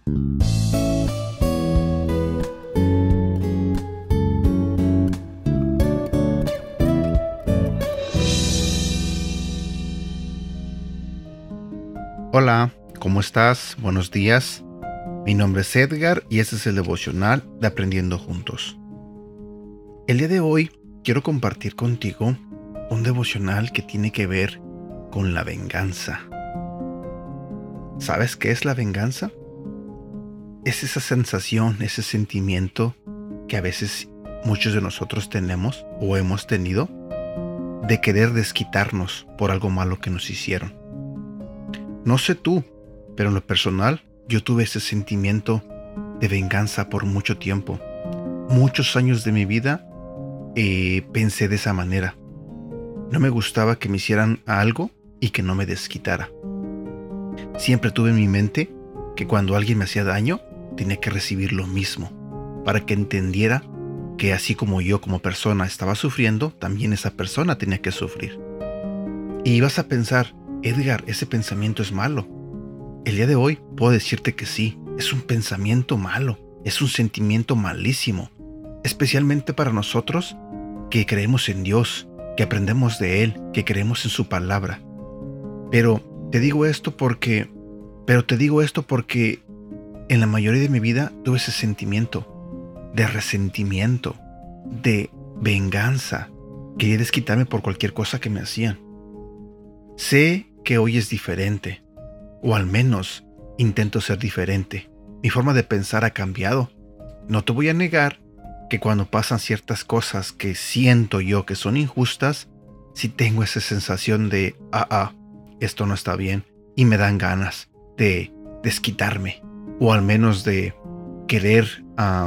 Hola, ¿cómo estás? Buenos días. Mi nombre es Edgar y este es el devocional de Aprendiendo Juntos. El día de hoy quiero compartir contigo un devocional que tiene que ver con la venganza. ¿Sabes qué es la venganza? Es esa sensación, ese sentimiento que a veces muchos de nosotros tenemos o hemos tenido de querer desquitarnos por algo malo que nos hicieron. No sé tú, pero en lo personal, yo tuve ese sentimiento de venganza por mucho tiempo. Muchos años de mi vida pensé de esa manera. No me gustaba que me hicieran algo y que no me desquitara. Siempre tuve en mi mente que cuando alguien me hacía daño, tenía que recibir lo mismo, para que entendiera que así como yo como persona estaba sufriendo, también esa persona tenía que sufrir. Y ibas a pensar, Edgar, ese pensamiento es malo. El día de hoy puedo decirte que sí, es un pensamiento malo, es un sentimiento malísimo, especialmente para nosotros que creemos en Dios, que aprendemos de Él, que creemos en su palabra. Pero te digo esto porque en la mayoría de mi vida tuve ese sentimiento de resentimiento, de venganza. Quería desquitarme por cualquier cosa que me hacían. Sé que hoy es diferente, o al menos intento ser diferente. Mi forma de pensar ha cambiado. No te voy a negar que cuando pasan ciertas cosas que siento yo que son injustas, sí tengo esa sensación de, esto no está bien, y me dan ganas de desquitarme, o al menos de querer,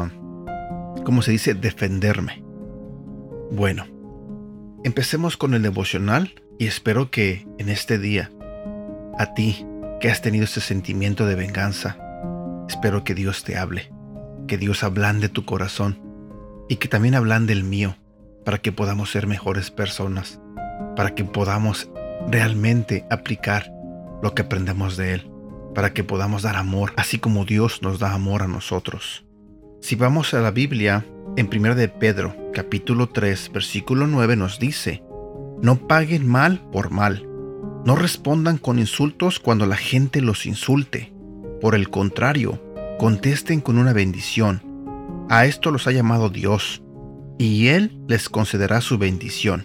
defenderme. Bueno, empecemos con el devocional y espero que en este día, a ti que has tenido ese sentimiento de venganza, espero que Dios te hable, que Dios ablande tu corazón y que también ablande el mío para que podamos ser mejores personas, para que podamos realmente aplicar lo que aprendemos de Él, para que podamos dar amor, así como Dios nos da amor a nosotros. Si vamos a la Biblia, en 1 de Pedro, capítulo 3, versículo 9 nos dice: no paguen mal por mal. No respondan con insultos cuando la gente los insulte. Por el contrario, contesten con una bendición. A esto los ha llamado Dios, y Él les concederá su bendición.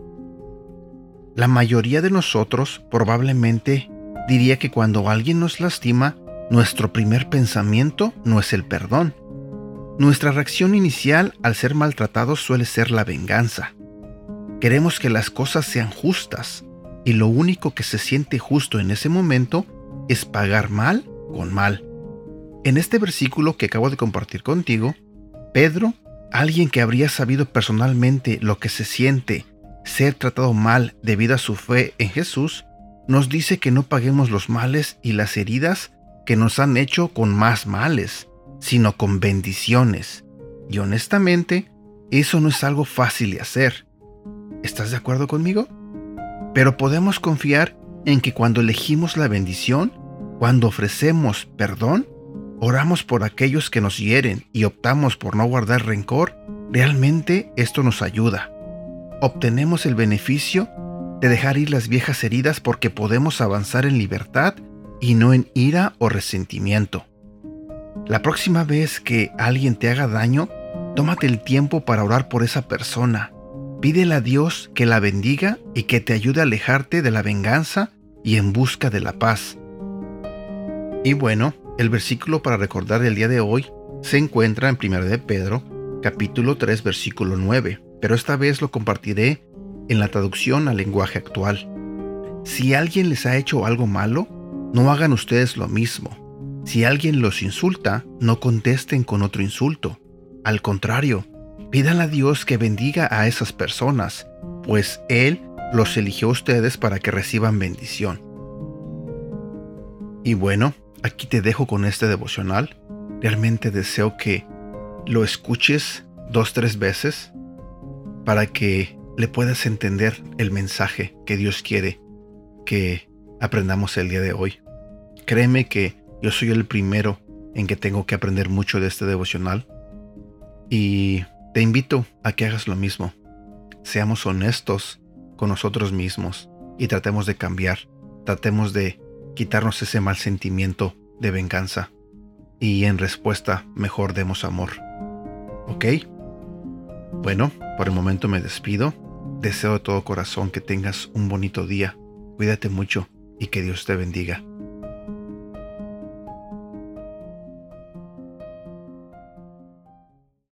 La mayoría de nosotros probablemente diría que cuando alguien nos lastima, nuestro primer pensamiento no es el perdón. Nuestra reacción inicial al ser maltratados suele ser la venganza. Queremos que las cosas sean justas, y lo único que se siente justo en ese momento es pagar mal con mal. En este versículo que acabo de compartir contigo, Pedro, alguien que habría sabido personalmente lo que se siente ser tratado mal debido a su fe en Jesús, nos dice que no paguemos los males y las heridas que nos han hecho con más males, sino con bendiciones. Y honestamente, eso no es algo fácil de hacer. ¿Estás de acuerdo conmigo? Pero podemos confiar en que cuando elegimos la bendición, cuando ofrecemos perdón, oramos por aquellos que nos hieren y optamos por no guardar rencor, realmente esto nos ayuda. Obtenemos el beneficio de dejar ir las viejas heridas porque podemos avanzar en libertad y no en ira o resentimiento. La próxima vez que alguien te haga daño, tómate el tiempo para orar por esa persona. Pídele a Dios que la bendiga y que te ayude a alejarte de la venganza y en busca de la paz. Y bueno, el versículo para recordar el día de hoy se encuentra en 1 de Pedro, capítulo 3, versículo 9, pero esta vez lo compartiré en la traducción al lenguaje actual. Si alguien les ha hecho algo malo, no hagan ustedes lo mismo. Si alguien los insulta, no contesten con otro insulto. Al contrario, pidan a Dios que bendiga a esas personas, pues Él los eligió a ustedes para que reciban bendición. Y bueno, aquí te dejo con este devocional. Realmente deseo que lo escuches 2-3 veces para que le puedas entender el mensaje que Dios quiere que aprendamos el día de hoy. Créeme que yo soy el primero en que tengo que aprender mucho de este devocional y te invito a que hagas lo mismo. Seamos honestos con nosotros mismos y tratemos de cambiar, tratemos de quitarnos ese mal sentimiento de venganza y en respuesta mejor demos amor. ¿Ok? Bueno, por el momento me despido. Deseo de todo corazón que tengas un bonito día. Cuídate mucho y que Dios te bendiga.